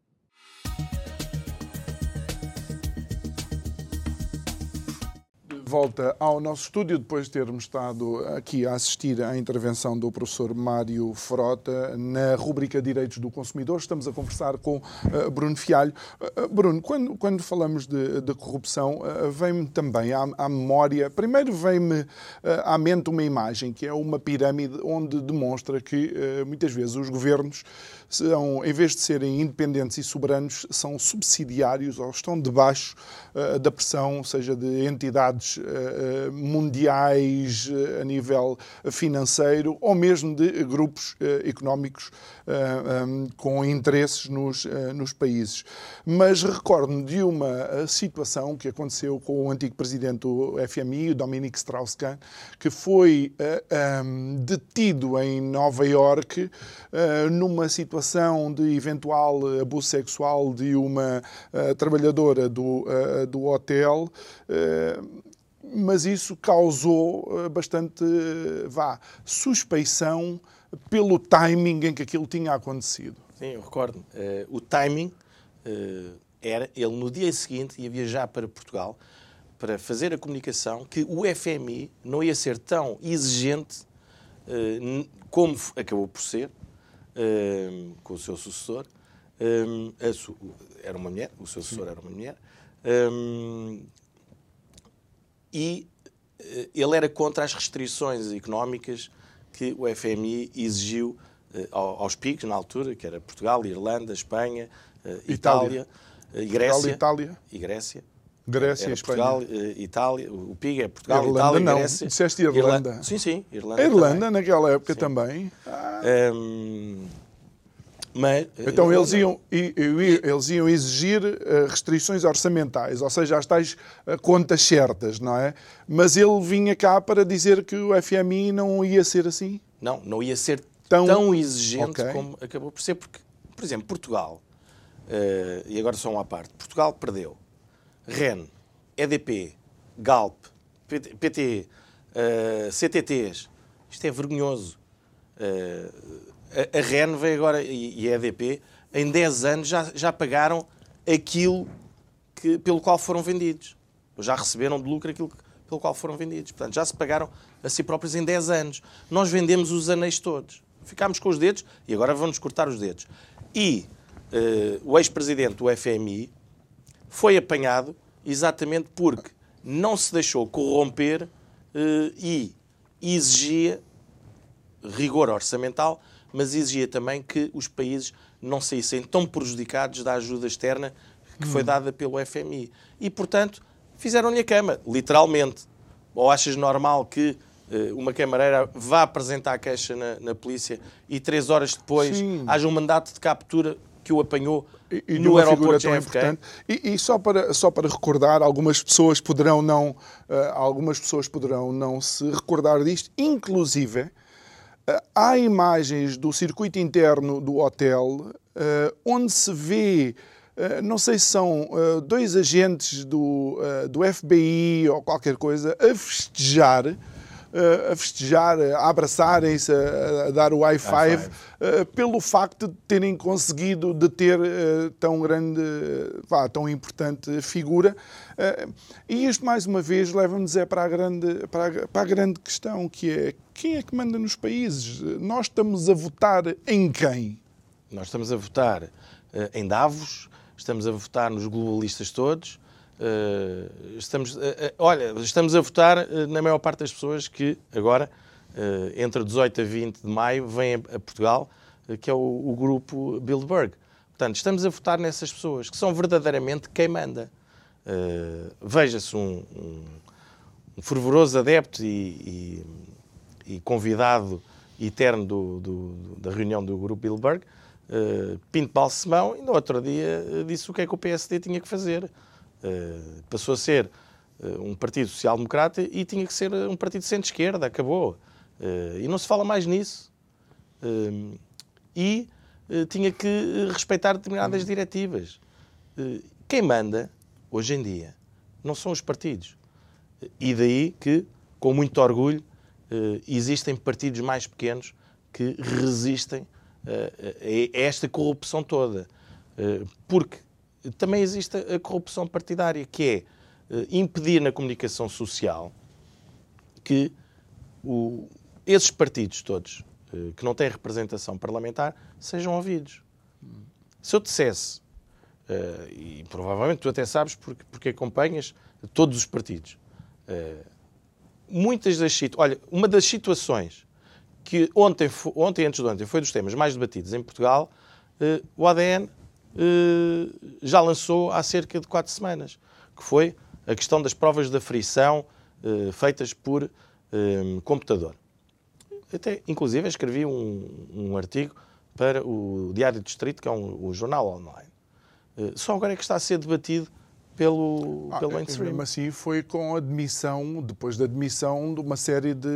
[SPEAKER 1] Volta ao nosso estúdio, depois de termos estado aqui a assistir à intervenção do professor Mário Frota na rubrica Direitos do Consumidor. Estamos a conversar com uh, Bruno Fialho. Uh, Bruno, quando, quando falamos de, de corrupção, uh, vem-me também à, à memória, primeiro vem-me uh, à mente uma imagem, que é uma pirâmide onde demonstra que uh, muitas vezes os governos são, em vez de serem independentes e soberanos, são subsidiários ou estão debaixo uh, da pressão, seja de entidades uh, mundiais uh, a nível financeiro ou mesmo de grupos uh, económicos uh, um, com interesses nos, uh, nos países. Mas recordo-me de uma situação que aconteceu com o antigo presidente do F M I, o Dominique Strauss-Kahn, que foi uh, um, detido em Nova Iorque uh, numa situação de eventual abuso sexual de uma uh, trabalhadora do, uh, do hotel, uh, mas isso causou uh, bastante, uh, vá, suspeição pelo timing em que aquilo tinha acontecido.
[SPEAKER 2] Sim, eu recordo. Uh, o timing uh, era, ele no dia seguinte ia viajar para Portugal para fazer a comunicação que o F M I não ia ser tão exigente uh, como acabou por ser, Um, com o seu sucessor, um, su era uma mulher, o seu sucessor era uma mulher, um, e uh, ele era contra as restrições económicas que o F M I exigiu uh, aos P I Gs na altura, que era Portugal, Irlanda, Espanha, uh, Itália, uh, e Grécia.
[SPEAKER 1] Itália.
[SPEAKER 2] E Grécia.
[SPEAKER 1] Grécia e
[SPEAKER 2] Portugal,
[SPEAKER 1] Espanha.
[SPEAKER 2] Itália, o P I G é Portugal,
[SPEAKER 1] Irlanda,
[SPEAKER 2] Itália,
[SPEAKER 1] não.
[SPEAKER 2] Grécia.
[SPEAKER 1] Disseste Irlanda.
[SPEAKER 2] Irlanda. Sim, sim. Irlanda,
[SPEAKER 1] a Irlanda,
[SPEAKER 2] também.
[SPEAKER 1] naquela época
[SPEAKER 2] Sim.
[SPEAKER 1] também. Ah.
[SPEAKER 2] Um, mas,
[SPEAKER 1] então eles iam, eles iam exigir restrições orçamentais, ou seja, as tais contas certas, não é? Mas ele vinha cá para dizer que o F M I não ia ser assim?
[SPEAKER 2] Não, não ia ser
[SPEAKER 1] tão,
[SPEAKER 2] tão exigente
[SPEAKER 1] okay.
[SPEAKER 2] como acabou por ser, porque, por exemplo, Portugal, uh, e agora só uma parte, Portugal perdeu R E N, E D P, Galp, P T, uh, C T Ts. Isto é vergonhoso. Uh, a, a R E N veio agora, e, e a E D P, em dez anos já, já pagaram aquilo que, pelo qual foram vendidos. Já receberam de lucro aquilo que, pelo qual foram vendidos. Portanto, já se pagaram a si próprios em dez anos. Nós vendemos os anéis todos. Ficámos com os dedos e agora vão-nos cortar os dedos. E uh, o ex-presidente do F M I foi apanhado exatamente porque não se deixou corromper uh, e exigia rigor orçamental, mas exigia também que os países não saíssem tão prejudicados da ajuda externa que hum. foi dada pelo F M I. E, portanto, fizeram-lhe a cama, literalmente. Ou achas normal que uh, uma camareira vá apresentar a queixa na, na polícia e três horas depois Sim. haja um mandato de captura que o apanhou
[SPEAKER 1] e, e
[SPEAKER 2] no aeroporto de J F K?
[SPEAKER 1] E, e só, para, só para recordar, algumas pessoas poderão não, uh, algumas pessoas poderão não se recordar disto, inclusive uh, há imagens do circuito interno do hotel uh, onde se vê, uh, não sei se são uh, dois agentes do, uh, do F B I ou qualquer coisa, a festejar a festejar, a abraçarem-se, a dar o high five, uh, pelo facto de terem conseguido deter uh, tão grande, vá, tão importante figura. Uh, e isto, mais uma vez, leva-nos é para a, grande, para, a, para a grande questão, que é quem é que manda nos países? Nós estamos a votar em quem?
[SPEAKER 2] Nós estamos a votar uh, em Davos, estamos a votar nos globalistas todos. Uh, estamos, uh, uh, olha, estamos a votar uh, na maior parte das pessoas que agora, uh, entre dezoito a vinte de maio, vêm a, a Portugal, uh, que é o, o grupo Bilderberg. Portanto, estamos a votar nessas pessoas, que são verdadeiramente quem manda. Uh, veja-se um, um, um fervoroso adepto e, e, e convidado eterno do, do, da reunião do grupo Bilderberg, uh, Pinto Balsemão e no outro dia uh, disse o que é que o P S D tinha que fazer. Uh, passou a ser uh, um partido social-democrata e tinha que ser um partido de centro-esquerda, acabou. Uh, e não se fala mais nisso. Uh, e uh, tinha que respeitar determinadas diretivas. Uh, quem manda, hoje em dia, não são os partidos. E daí que, com muito orgulho, uh, existem partidos mais pequenos que resistem uh, a esta corrupção toda. Uh, porque também existe a corrupção partidária, que é uh, impedir na comunicação social que o, esses partidos todos, uh, que não têm representação parlamentar, sejam ouvidos. Se eu dissesse, uh, e provavelmente tu até sabes porque, porque acompanhas todos os partidos, uh, muitas das situações... Olha, uma das situações que ontem, ontem antes de ontem, foi dos temas mais debatidos em Portugal, uh, o A D N uh, já lançou há cerca de quatro semanas, que foi a questão das provas de aferição uh, feitas por uh, computador. Até, inclusive, escrevi um, um artigo para o Diário do Distrito, que é um, um jornal online. Uh, só agora é que está a ser debatido pelo,
[SPEAKER 1] ah,
[SPEAKER 2] pelo mainstream.
[SPEAKER 1] Mesmo assim foi com a admissão, depois da admissão de uma série de,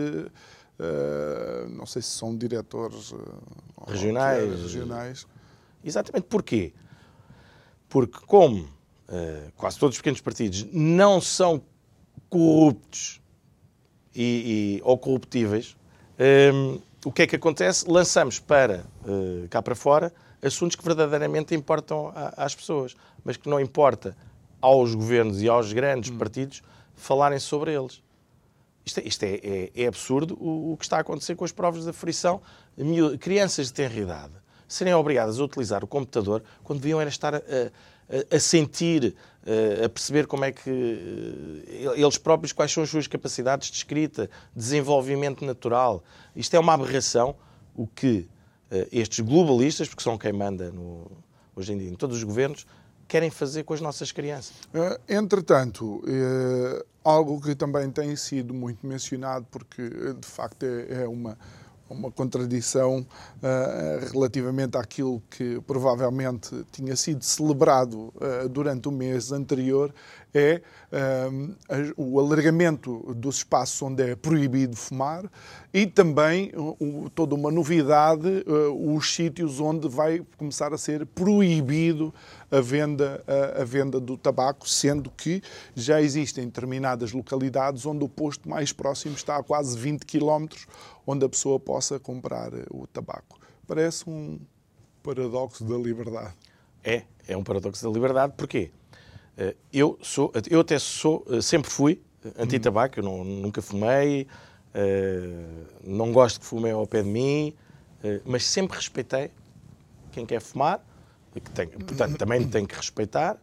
[SPEAKER 1] uh, não sei se são diretores uh,
[SPEAKER 2] regionais.
[SPEAKER 1] É, regionais.
[SPEAKER 2] Exatamente. Porquê? Porque como uh, quase todos os pequenos partidos não são corruptos e, e, ou corruptíveis, um, o que é que acontece? Lançamos para uh, cá para fora assuntos que verdadeiramente importam a, às pessoas, mas que não importa aos governos e aos grandes hum. partidos falarem sobre eles. Isto é, isto é, é, é absurdo o, o que está a acontecer com as provas de aferição. Crianças de tenra idade serem obrigadas a utilizar o computador quando deviam era estar a, a, a sentir, a, a perceber como é que eles próprios, quais são as suas capacidades de escrita, desenvolvimento natural. Isto é uma aberração, o que estes globalistas, porque são quem manda no, hoje em dia em todos os governos, querem fazer com as nossas crianças.
[SPEAKER 1] Entretanto, é algo que também tem sido muito mencionado, porque de facto é uma, uma contradição uh, relativamente àquilo que provavelmente tinha sido celebrado uh, durante o mês anterior, é uh, o alargamento dos espaços onde é proibido fumar e também uh, toda uma novidade, uh, os sítios onde vai começar a ser proibido a venda, a, a venda do tabaco, sendo que já existem determinadas localidades onde o posto mais próximo está a quase vinte quilómetros, onde a pessoa possa comprar o tabaco. Parece um paradoxo da liberdade.
[SPEAKER 2] É, é um paradoxo da liberdade. Porquê? Eu, sou, eu até sou, sempre fui anti-tabaco, eu não, nunca fumei, não gosto que fumem ao pé de mim, mas sempre respeitei quem quer fumar, que tem, portanto também tem que respeitar,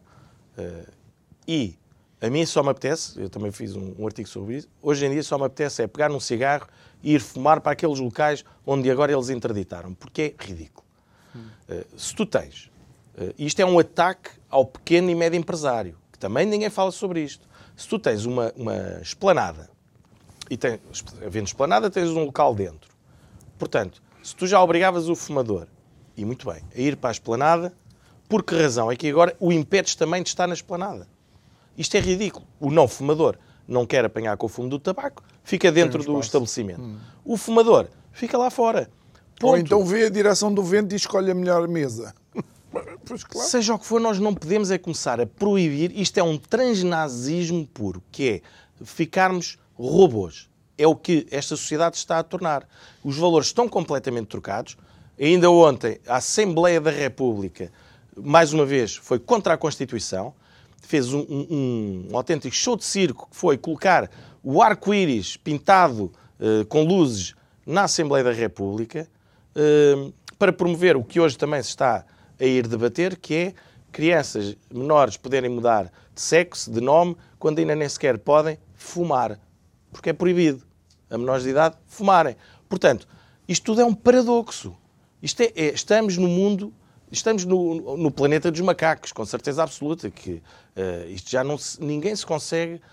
[SPEAKER 2] e a mim só me apetece, eu também fiz um, um artigo sobre isso, hoje em dia só me apetece é pegar num cigarro e ir fumar para aqueles locais onde agora eles interditaram, porque é ridículo. Hum. Se tu tens... Uh, isto é um ataque ao pequeno e médio empresário, que também ninguém fala sobre isto. Se tu tens uma, uma esplanada, e tens, havendo esplanada, tens um local dentro. Portanto, se tu já obrigavas o fumador, e muito bem, a ir para a esplanada, por que razão é que agora o impedes também de estar na esplanada? Isto é ridículo. O não fumador não quer apanhar com o fumo do tabaco, fica dentro do estabelecimento. Hum. O fumador fica lá fora. Ponto.
[SPEAKER 1] Ou então vê a direção do vento e escolhe a melhor mesa.
[SPEAKER 2] Pois, claro. Seja o que for, nós não podemos é começar a proibir. Isto é um transnazismo puro, que é ficarmos robôs. É o que esta sociedade está a tornar. Os valores estão completamente trocados. Ainda ontem, a Assembleia da República, mais uma vez, foi contra a Constituição, fez um, um, um autêntico show de circo, que foi colocar o arco-íris pintado uh, com luzes na Assembleia da República, uh, para promover o que hoje também se está a ir debater, que é crianças menores poderem mudar de sexo, de nome, quando ainda nem sequer podem fumar. Porque é proibido a menores de idade fumarem. Portanto, isto tudo é um paradoxo. Isto é, é, estamos no mundo, estamos no, no planeta dos macacos, com certeza absoluta, que uh, isto já não se, ninguém se consegue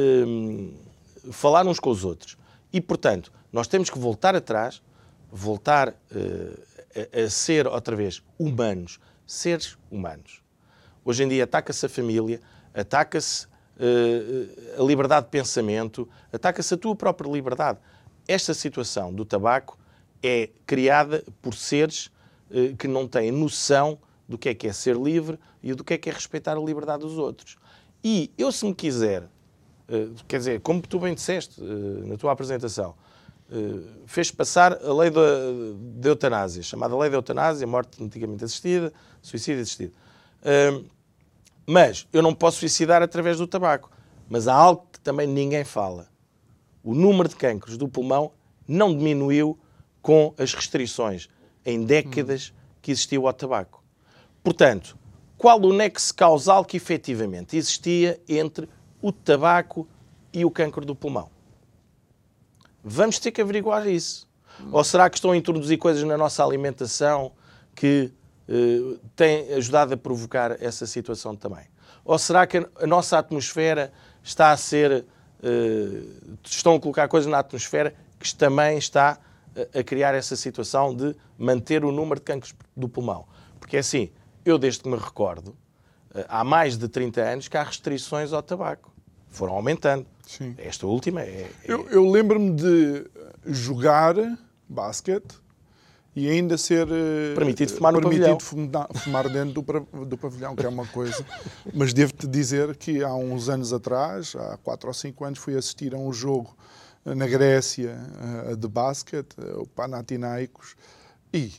[SPEAKER 2] uh, falar uns com os outros. E, portanto, nós temos que voltar atrás, voltar uh, a, a ser, outra vez, humanos, seres humanos. Hoje em dia ataca-se a família, ataca-se uh, a liberdade de pensamento, ataca-se a tua própria liberdade. Esta situação do tabaco é criada por seres uh, que não têm noção do que é que é ser livre e do que é que é respeitar a liberdade dos outros. E eu, se me quiser, uh, quer dizer, como tu bem disseste uh, na tua apresentação, uh, fez passar a lei da, da eutanásia, chamada lei da eutanásia, morte antigamente assistida, suicídio assistido. Uh, mas eu não posso suicidar através do tabaco. Mas há algo que também ninguém fala. O número de cancros do pulmão não diminuiu com as restrições em décadas que existiu ao tabaco. Portanto, qual o nexo causal que efetivamente existia entre o tabaco e o cancro do pulmão? Vamos ter que averiguar isso. Ou será que estão a introduzir coisas na nossa alimentação que eh, têm ajudado a provocar essa situação também? Ou será que a nossa atmosfera está a ser... Eh, estão a colocar coisas na atmosfera que também está a, a criar essa situação de manter o número de cancros do pulmão? Porque é assim, eu desde que me recordo, há mais de trinta anos que há restrições ao tabaco. Foram aumentando. Sim. Esta última é... é...
[SPEAKER 1] Eu, eu lembro-me de jogar basquete e ainda ser...
[SPEAKER 2] Permitido fumar no
[SPEAKER 1] permitido
[SPEAKER 2] pavilhão.
[SPEAKER 1] Fumar, fumar dentro do, do pavilhão, que é uma coisa. Mas devo-te dizer que há uns anos atrás, há quatro ou cinco anos, fui assistir a um jogo na Grécia de basquete, o Panathinaikos, e...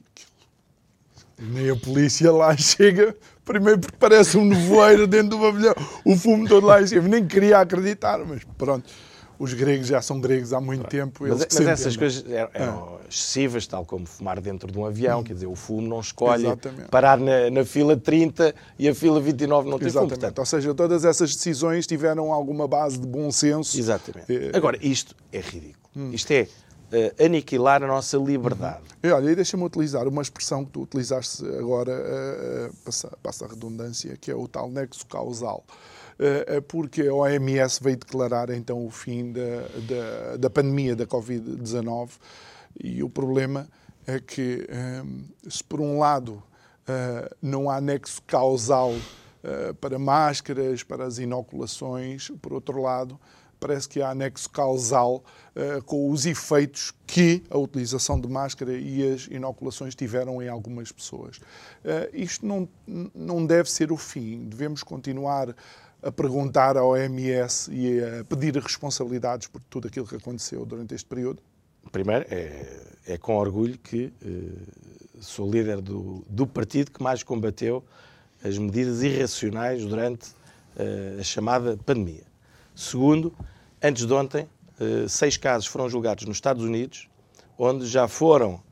[SPEAKER 1] nem a polícia lá chega, primeiro porque parece um nevoeiro dentro do pavilhão, o fumo todo lá em cima. Nem queria acreditar, mas pronto, os gregos já são gregos há muito tempo.
[SPEAKER 2] Mas, mas essas coisas eram, eram ah. excessivas, tal como fumar dentro de um avião, hum. quer dizer, o fumo não escolhe Exatamente. parar na, na fila trinta e a fila vinte e nove não tem
[SPEAKER 1] Exatamente.
[SPEAKER 2] fumo. Portanto,
[SPEAKER 1] ou seja, todas essas decisões tiveram alguma base de bom senso.
[SPEAKER 2] Exatamente. É... Agora, isto é ridículo. Hum. Isto é... Uh, aniquilar a nossa liberdade.
[SPEAKER 1] Uhum. E olha, deixa-me utilizar uma expressão que tu utilizaste agora, uh, uh, passa, passa a redundância, que é o tal nexo causal. Uh, uh, porque a O M S veio declarar então o fim da, da, da pandemia da covid dezanove e o problema é que, um, se por um lado uh, não há nexo causal uh, para máscaras, para as inoculações, por outro lado, parece que há nexo causal uh, com os efeitos que a utilização de máscara e as inoculações tiveram em algumas pessoas. Uh, isto não, não deve ser o fim. Devemos continuar a perguntar à O M S e a pedir responsabilidades por tudo aquilo que aconteceu durante este período?
[SPEAKER 2] Primeiro, é, é com orgulho que uh, sou líder do, do partido que mais combateu as medidas irracionais durante uh, a chamada pandemia. Segundo, antes de ontem, seis casos foram julgados nos Estados Unidos, onde já foram...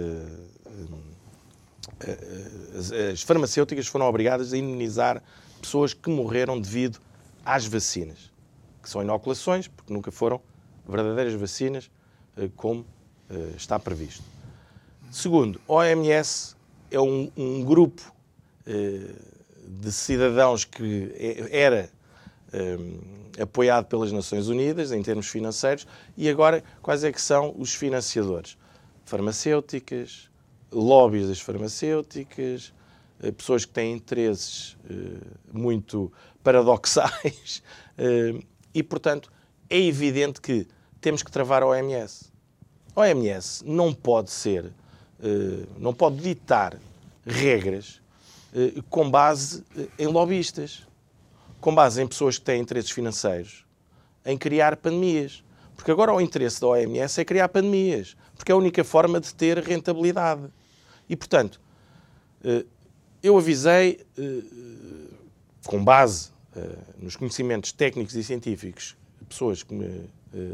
[SPEAKER 2] As farmacêuticas foram obrigadas a indemnizar pessoas que morreram devido às vacinas, que são inoculações, porque nunca foram verdadeiras vacinas, como está previsto. Segundo, a O M S é um, um grupo de cidadãos que era... Um, apoiado pelas Nações Unidas em termos financeiros, e agora quais é que são os financiadores? Farmacêuticas, lobbies das farmacêuticas, pessoas que têm interesses uh, muito paradoxais uh, e, portanto, é evidente que temos que travar a O M S. A O M S não pode ser, uh, não pode ditar regras uh, com base em lobistas, com base em pessoas que têm interesses financeiros, em criar pandemias. Porque agora o interesse da O M S é criar pandemias, porque é a única forma de ter rentabilidade. E, portanto, eu avisei, com base nos conhecimentos técnicos e científicos, pessoas que me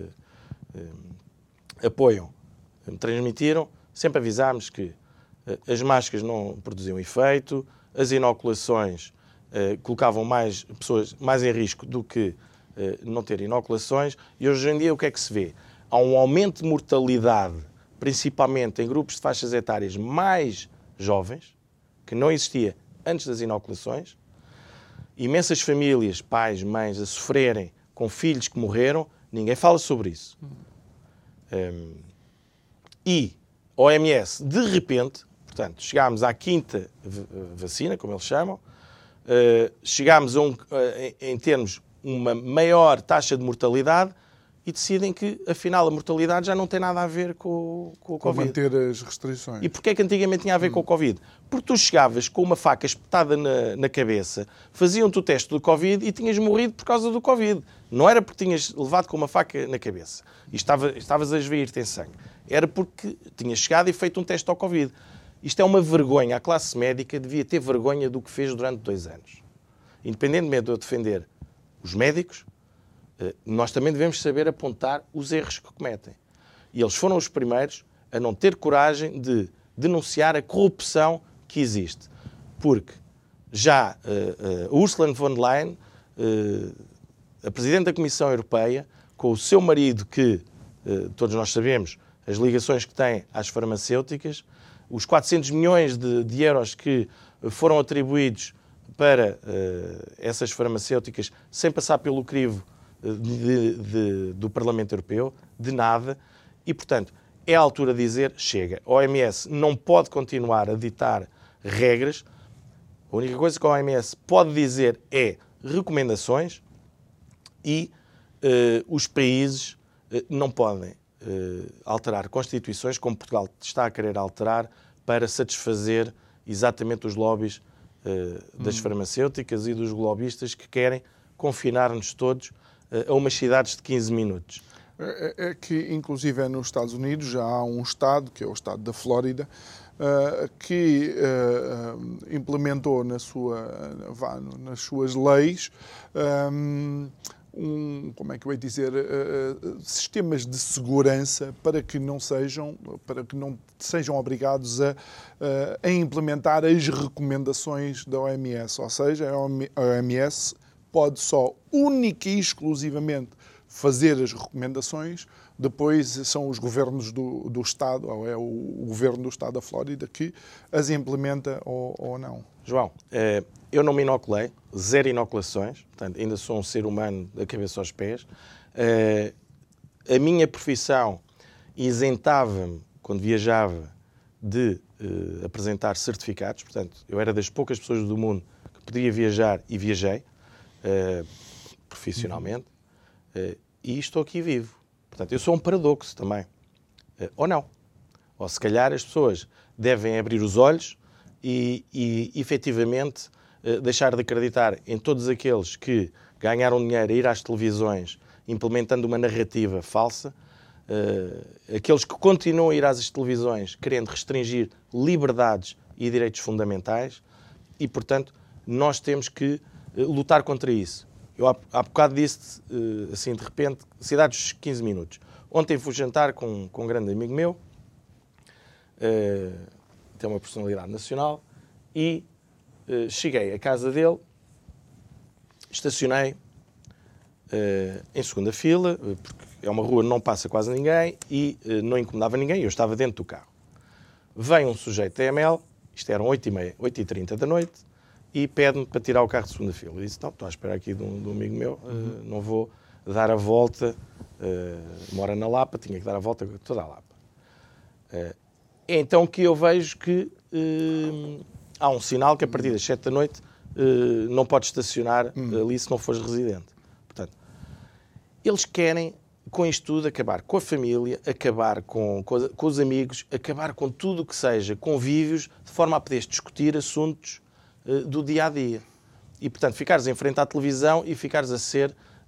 [SPEAKER 2] apoiam, me transmitiram, sempre avisámos que as máscaras não produziam efeito, as inoculações Uh, colocavam mais pessoas mais em risco do que uh, não ter inoculações. E hoje em dia o que é que se vê? Há um aumento de mortalidade, principalmente em grupos de faixas etárias mais jovens, que não existia antes das inoculações. Imensas famílias, pais, mães, a sofrerem com filhos que morreram. Ninguém fala sobre isso. Um, e a O M S, de repente, Portanto, chegámos à quinta vacina, como eles chamam, uh, chegámos a um, uh, em, em termos uma maior taxa de mortalidade e decidem que, afinal, a mortalidade já não tem nada a ver com, com o
[SPEAKER 1] Com
[SPEAKER 2] Covid.
[SPEAKER 1] manter as restrições.
[SPEAKER 2] E porquê é que antigamente tinha a ver hum. com o Covid? Porque tu chegavas com uma faca espetada na, na cabeça, faziam-te o teste do Covid e tinhas morrido por causa do Covid. Não era porque tinhas levado com uma faca na cabeça e estava, estavas a esvair-te em sangue. Era porque tinhas chegado e feito um teste ao Covid. Isto é uma vergonha. A classe médica devia ter vergonha do que fez durante dois anos. Independentemente de eu defender os médicos, nós também devemos saber apontar os erros que cometem. E eles foram os primeiros a não ter coragem de denunciar a corrupção que existe. Porque já uh, uh, Ursula von der Leyen, uh, a Presidente da Comissão Europeia, com o seu marido que, uh, todos nós sabemos, as ligações que tem às farmacêuticas, os quatrocentos milhões de, de euros que foram atribuídos para uh, essas farmacêuticas sem passar pelo crivo De, de, do Parlamento Europeu, de nada, e, portanto, é a altura de dizer, chega, a O M S não pode continuar a ditar regras, a única coisa que a O M S pode dizer é recomendações e uh, os países uh, não podem uh, alterar constituições, como Portugal está a querer alterar, para satisfazer exatamente os lobbies uh, das hum. farmacêuticas e dos lobistas que querem confinar-nos todos a umas cidades de quinze minutos.
[SPEAKER 1] É, é que, inclusive, nos Estados Unidos já há um estado, que é o estado da Flórida, uh, que uh, implementou na sua, vá, nas suas leis um, um, como é que eu ia dizer, uh, sistemas de segurança para que não sejam, para que não sejam obrigados a, uh, a implementar as recomendações da O M S. Ou seja, a O M S pode só, única e exclusivamente, fazer as recomendações, depois são os governos do, do Estado, ou é o, o governo do Estado da Flórida que as implementa ou, ou não.
[SPEAKER 2] João, eu não me inoculei, zero inoculações, portanto, ainda sou um ser humano da cabeça aos pés. A minha profissão isentava-me, quando viajava, de apresentar certificados, portanto, eu era das poucas pessoas do mundo que podia viajar e viajei, Uh, profissionalmente, uh, e estou aqui vivo. Portanto, eu sou um paradoxo também. Uh, ou não. Ou se calhar as pessoas devem abrir os olhos e, e efetivamente, uh, deixar de acreditar em todos aqueles que ganharam dinheiro a ir às televisões implementando uma narrativa falsa, uh, aqueles que continuam a ir às televisões querendo restringir liberdades e direitos fundamentais e, portanto, nós temos que lutar contra isso. Eu há, há bocado disse, assim, de repente, cidades dos quinze minutos. Ontem fui jantar com, com um grande amigo meu, uh, tem uma personalidade nacional, e uh, cheguei à casa dele, estacionei uh, em segunda fila, porque é uma rua que não passa quase ninguém, e uh, não incomodava ninguém, eu estava dentro do carro. Vem um sujeito da M L, isto eram oito e meia, oito e trinta da noite, e pede-me para tirar o carro de segunda fila. Eu disse, não, estou a esperar aqui de um, de um amigo meu, uh, não vou dar a volta, uh, mora na Lapa, tinha que dar a volta toda a Lapa. Uh, é então que eu vejo que uh, há um sinal que a partir das sete da noite uh, não podes estacionar uhum. ali se não fores residente. Portanto, eles querem, com isto tudo, acabar com a família, acabar com, com, com os amigos, acabar com tudo o que seja convívios, de forma a poderes discutir assuntos do dia-a-dia. E, portanto, ficares em frente à televisão e ficares a ser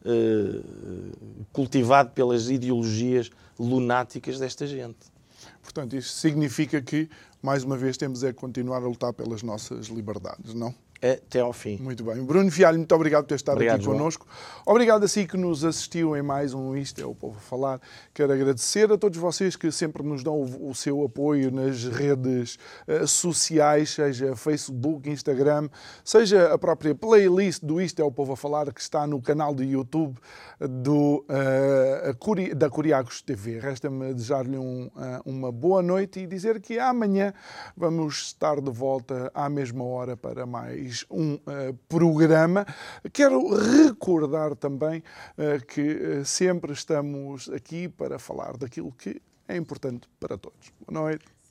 [SPEAKER 2] uh, cultivado pelas ideologias lunáticas desta gente.
[SPEAKER 1] Portanto, isto significa que, mais uma vez, temos é que continuar a lutar pelas nossas liberdades, não?
[SPEAKER 2] Até ao fim.
[SPEAKER 1] Muito bem. Bruno Fialho, muito obrigado por ter estado
[SPEAKER 2] obrigado,
[SPEAKER 1] aqui
[SPEAKER 2] João.
[SPEAKER 1] connosco. Obrigado a si que nos assistiu em mais um Isto é o Povo a Falar. Quero agradecer a todos vocês que sempre nos dão o, o seu apoio nas redes uh, sociais, seja Facebook, Instagram, seja a própria playlist do Isto é o Povo a Falar, que está no canal do YouTube do, uh, Curi, da Curiagos T V. Resta-me desejar-lhe um, uh, uma boa noite e dizer que amanhã vamos estar de volta à mesma hora para mais um uh, programa. Quero recordar também uh, que uh, sempre estamos aqui para falar daquilo que é importante para todos. Boa noite.